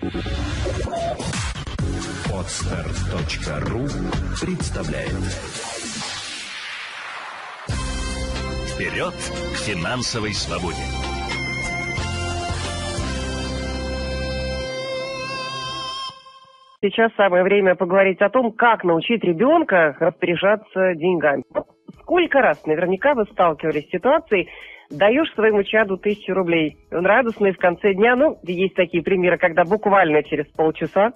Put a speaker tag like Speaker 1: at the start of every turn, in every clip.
Speaker 1: Podster.ru представляет. Вперед к финансовой свободе!
Speaker 2: Сейчас самое время поговорить о том, как научить ребенка распоряжаться деньгами. Сколько раз наверняка вы сталкивались с ситуацией, даешь своему чаду 1000 рублей, он радостный в конце дня, есть такие примеры, когда буквально через полчаса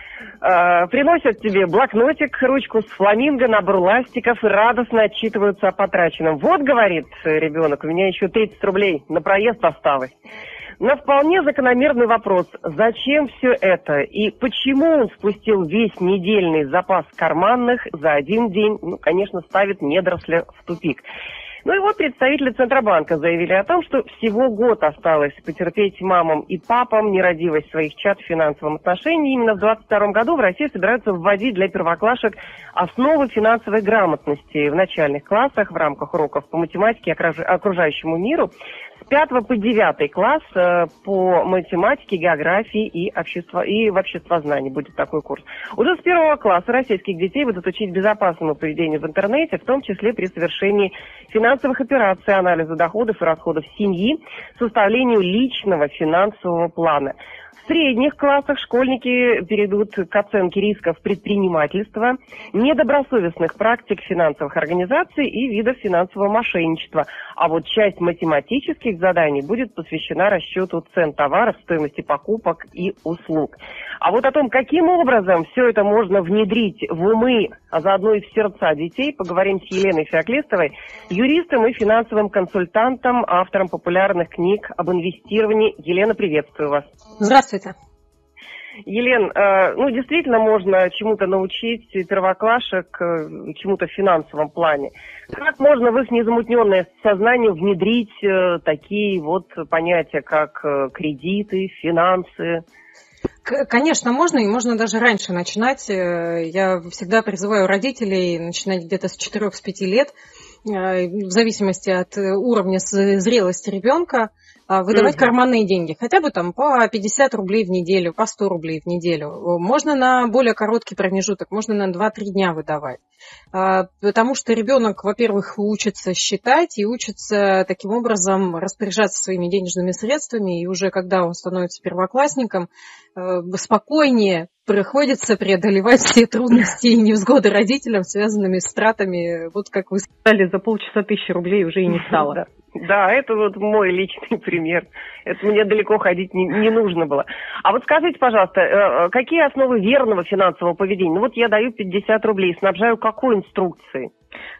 Speaker 2: приносят тебе блокнотик, ручку с фламинго, набор ластиков и радостно отчитываются о потраченном. Вот, говорит ребенок, у меня еще 30 рублей на проезд осталось. Но вполне закономерный вопрос, зачем все это и почему он спустил весь недельный запас карманных за один день, конечно, ставит недоросля в тупик. И вот представители Центробанка заявили о том, что всего год осталось потерпеть мамам и папам нерадивость своих чад в финансовом отношении. Именно в 2022 году в России собираются вводить для первоклашек основы финансовой грамотности в начальных классах в рамках уроков по математике и окружающему миру. С 5 по 9 класс по математике, географии и в обществознании будет такой курс. Уже с 1 класса российских детей будут учить безопасному поведению в интернете, в том числе при совершении финансовых операций, анализу доходов и расходов семьи, составлению личного финансового плана. В средних классах школьники перейдут к оценке рисков предпринимательства, недобросовестных практик финансовых организаций и видов финансового мошенничества. А вот часть математических заданий будет посвящена расчету цен товаров, стоимости покупок и услуг. А вот о том, каким образом все это можно внедрить в умы, а заодно и в сердца детей, поговорим с Еленой Феоклистовой, юристом и финансовым консультантом, автором популярных книг об инвестировании. Елена, приветствую вас.
Speaker 3: Здравствуйте.
Speaker 2: Елен, действительно можно чему-то научить первоклашек, чему-то в финансовом плане. Как можно в их незамутненное сознание внедрить такие вот понятия, как кредиты, финансы?
Speaker 3: Конечно, можно, и можно даже раньше начинать. Я всегда призываю родителей начинать где-то с 4-5 лет, в зависимости от уровня зрелости ребенка, выдавать карманные деньги. Хотя бы там по 50 рублей в неделю, по 100 рублей в неделю. Можно на более короткий промежуток, можно на 2-3 дня выдавать. Потому что ребенок, во-первых, учится считать и учится таким образом распоряжаться своими денежными средствами. И уже когда он становится первоклассником, спокойнее приходится преодолевать все трудности и невзгоды родителям, связанными с тратами. Вот как вы сказали, за полчаса 1000 рублей уже и не стало.
Speaker 2: Да, это вот мой личный пример. Это мне далеко ходить не нужно было. А вот скажите, пожалуйста, какие основы верного финансового поведения? Я даю 50 рублей, снабжаю какой инструкцией?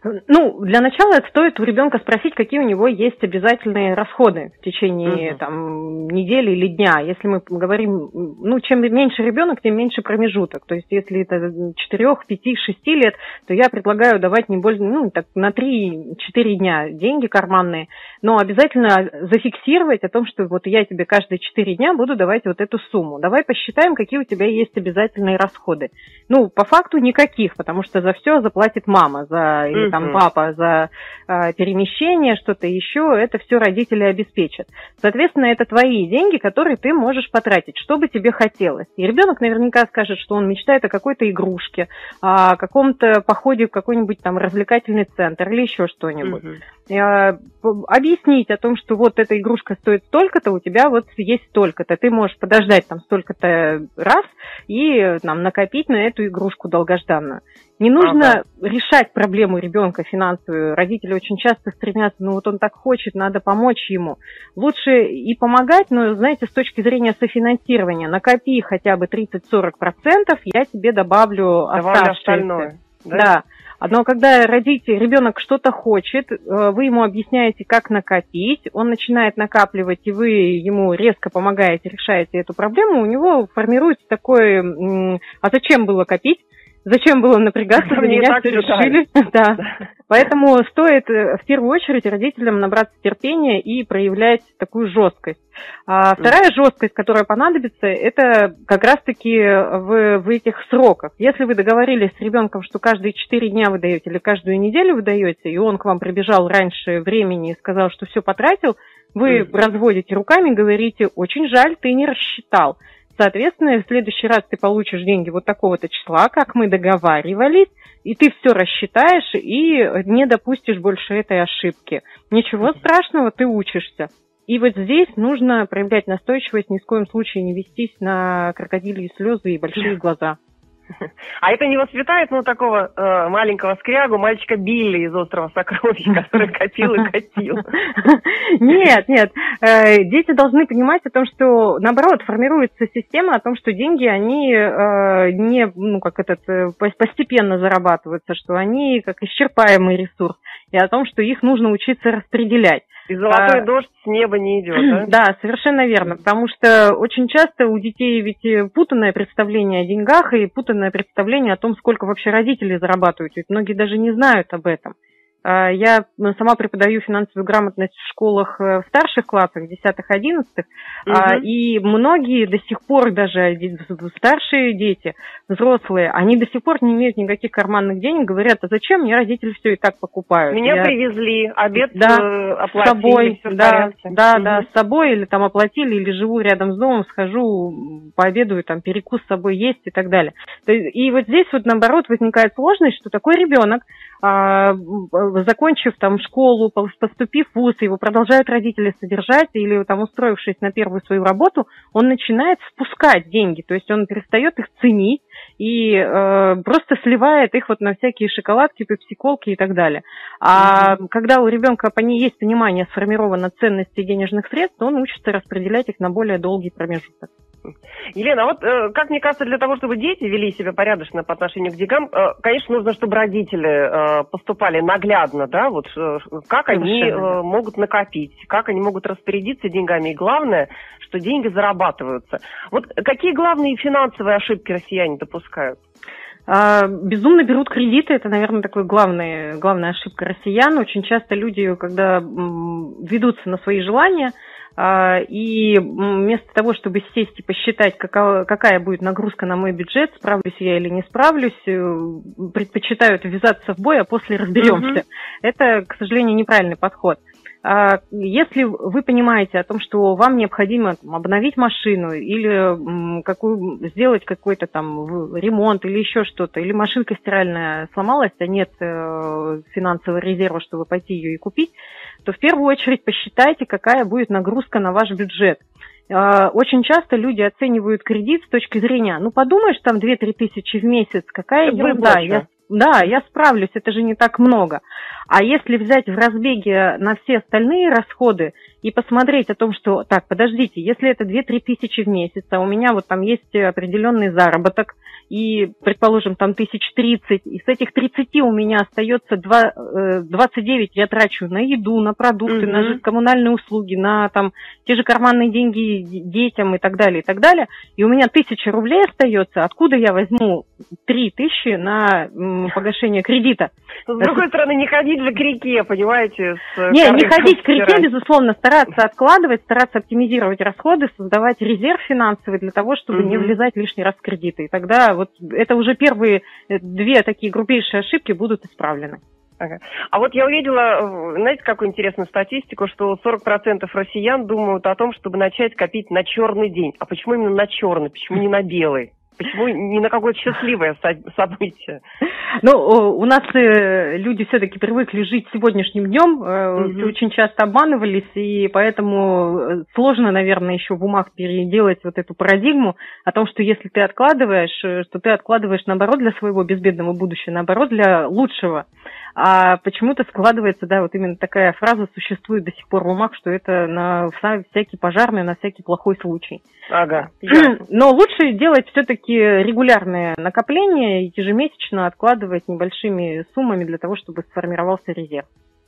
Speaker 3: Для начала стоит у ребенка спросить, какие у него есть обязательные расходы в течение недели или дня. Если мы говорим, чем меньше ребенок, тем меньше промежуток. То есть, если это 4, 5, 6 лет, то я предлагаю давать не больше, на 3-4 дня деньги карманные, но обязательно зафиксировать о том, что вот я тебе каждые 4 дня буду давать вот эту сумму. Давай посчитаем, какие у тебя есть обязательные расходы. По факту никаких, потому что за все заплатит мама, или папа за перемещение, что-то еще, это все родители обеспечат. Соответственно, это твои деньги, которые ты можешь потратить, что бы тебе хотелось. И ребенок наверняка скажет, что он мечтает о какой-то игрушке, о каком-то походе в какой-нибудь там развлекательный центр или еще что-нибудь. Объяснить о том, что вот эта игрушка стоит столько-то, у тебя вот есть столько-то. Ты можешь подождать там столько-то раз и накопить на эту игрушку долгожданную. Не нужно решать проблему ребенка финансовую. Родители очень часто стремятся, он так хочет, надо помочь ему. Лучше и помогать, но, знаете, с точки зрения софинансирования, накопи хотя бы 30-40%, я тебе добавлю остальное. Да. Но когда ребенок что-то хочет, вы ему объясняете, как накопить, он начинает накапливать, и вы ему резко помогаете, решаете эту проблему, у него формируется такое, а зачем было копить? Зачем было напрягаться, за меня все решили. Да. Поэтому стоит в первую очередь родителям набраться терпения и проявлять такую жесткость. А вторая жесткость, которая понадобится, это как раз-таки в этих сроках. Если вы договорились с ребенком, что каждые 4 дня вы даете или каждую неделю вы даете, и он к вам прибежал раньше времени и сказал, что все потратил, вы разводите руками, говорите: очень жаль, ты не рассчитал. Соответственно, в следующий раз ты получишь деньги вот такого-то числа, как мы договаривались, и ты все рассчитаешь и не допустишь больше этой ошибки. Ничего страшного, ты учишься. И вот здесь нужно проявлять настойчивость, ни в коем случае не вестись на крокодильи слезы и большие глаза.
Speaker 2: А это не воспитает, такого маленького скрягу, мальчика Билли из «Острова сокровищ», который копил и копил?
Speaker 3: Нет. Дети должны понимать о том, что, наоборот, формируется система о том, что деньги, они не, постепенно зарабатываются, что они как исчерпаемый ресурс, и о том, что их нужно учиться распределять.
Speaker 2: И золотой дождь с неба не идет, да?
Speaker 3: Да, совершенно верно, потому что очень часто у детей ведь путанное представление о деньгах и путанное представление о том, сколько вообще родители зарабатывают, ведь многие даже не знают об этом. Я сама преподаю финансовую грамотность в школах в старших классах, 10-11, и многие до сих пор, даже старшие дети, взрослые, они до сих пор не имеют никаких карманных денег, говорят, а зачем, мне родители все и так покупают.
Speaker 2: Меня привезли, обед оплатили,
Speaker 3: с собой,
Speaker 2: все в порядке.
Speaker 3: Да, с собой, или там оплатили, или живу рядом с домом, схожу, пообедаю, там перекус с собой есть и так далее. И вот здесь вот наоборот возникает сложность, что такой ребенок, закончив там школу, поступив в вуз, его продолжают родители содержать, или там устроившись на первую свою работу, он начинает спускать деньги, то есть он перестает их ценить и просто сливает их вот на всякие шоколадки, пепсиколки и так далее. А когда у ребенка есть понимание, сформировано ценности денежных средств, он учится распределять их на более долгий промежуток.
Speaker 2: Елена, вот как мне кажется, для того, чтобы дети вели себя порядочно по отношению к деньгам, конечно, нужно, чтобы родители поступали наглядно, да, вот как они могут накопить, как они могут распорядиться деньгами, и главное, что деньги зарабатываются. Вот какие главные финансовые ошибки россияне допускают?
Speaker 3: Безумно берут кредиты, это, наверное, такая главная ошибка россиян. Очень часто люди, когда ведутся на свои желания, и вместо того, чтобы сесть и посчитать, какая будет нагрузка на мой бюджет, справлюсь я или не справлюсь, предпочитают ввязаться в бой, а после разберемся. Это, к сожалению, неправильный подход. Если вы понимаете о том, что вам необходимо обновить машину или сделать какой-то там ремонт или еще что-то, или машинка стиральная сломалась, а нет финансового резерва, чтобы пойти ее и купить, то в первую очередь посчитайте, какая будет нагрузка на ваш бюджет. Очень часто люди оценивают кредит с точки зрения, подумаешь, там 2-3 тысячи в месяц, какая ерунда, я справлюсь, это же не так много. А если взять в разбеге на все остальные расходы и посмотреть о том, что, так, подождите, если это 2-3 тысячи в месяц, а у меня вот там есть определенный заработок, и, предположим, там 1030, и с этих 30 у меня остается 29 я трачу на еду, на продукты, на коммунальные услуги, на там те же карманные деньги детям и так далее, и у меня 1000 рублей остается, откуда я возьму 3000 на погашение кредита?
Speaker 2: С другой стороны, не ходить же к реке, понимаете?
Speaker 3: Не ходить к реке, безусловно, стараться откладывать, стараться оптимизировать расходы, создавать резерв финансовый для того, чтобы не влезать лишний раз в кредиты. И тогда вот это уже первые 2 такие грубейшие ошибки будут исправлены.
Speaker 2: Ага. А вот я увидела, знаете, какую интересную статистику, что 40% россиян думают о том, чтобы начать копить на черный день. А почему именно на черный, почему не на белый? Почему не на какое-то счастливое событие?
Speaker 3: У нас люди все-таки привыкли жить сегодняшним днем, очень часто обманывались, и поэтому сложно, наверное, еще в умах переделать вот эту парадигму о том, что если ты откладываешь, что ты откладываешь, наоборот, для своего безбедного будущего, наоборот, для лучшего. А почему-то складывается, вот именно такая фраза существует до сих пор в умах, что это на всякий пожарный, на всякий плохой случай.
Speaker 2: Ага.
Speaker 3: Но лучше делать все-таки регулярные накопления и ежемесячно откладывать небольшими суммами для того, чтобы сформировался резерв.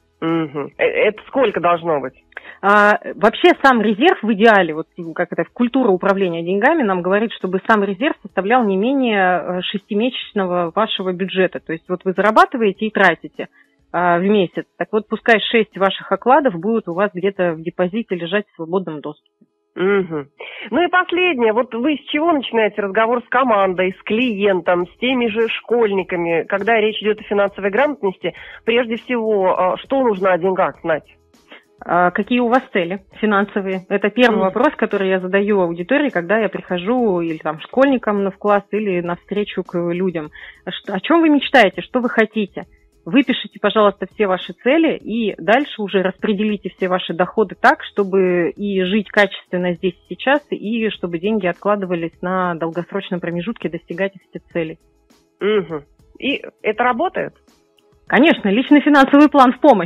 Speaker 2: Это сколько должно быть?
Speaker 3: Вообще сам резерв в идеале, культура управления деньгами нам говорит, чтобы сам резерв составлял не менее 6-месячного вашего бюджета. То есть вот вы зарабатываете и тратите в месяц. Так вот, пускай 6 ваших окладов будут у вас где-то в депозите лежать в свободном доступе.
Speaker 2: Ну и последнее. Вот вы с чего начинаете разговор с командой, с клиентом, с теми же школьниками, когда речь идет о финансовой грамотности? Прежде всего, что нужно о деньгах знать?
Speaker 3: Какие у вас цели финансовые? Это первый вопрос, который я задаю аудитории, когда я прихожу или там школьникам в класс, или на встречу к людям. О чем вы мечтаете, что вы хотите? Выпишите, пожалуйста, все ваши цели и дальше уже распределите все ваши доходы так, чтобы и жить качественно здесь и сейчас, и чтобы деньги откладывались на долгосрочном промежутке достигать этих целей.
Speaker 2: Угу. И это работает?
Speaker 3: Конечно, личный финансовый план в помощь.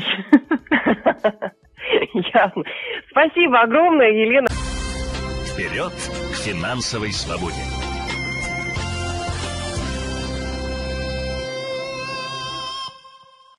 Speaker 2: Ясно. Спасибо огромное, Елена.
Speaker 1: Вперед к финансовой свободе!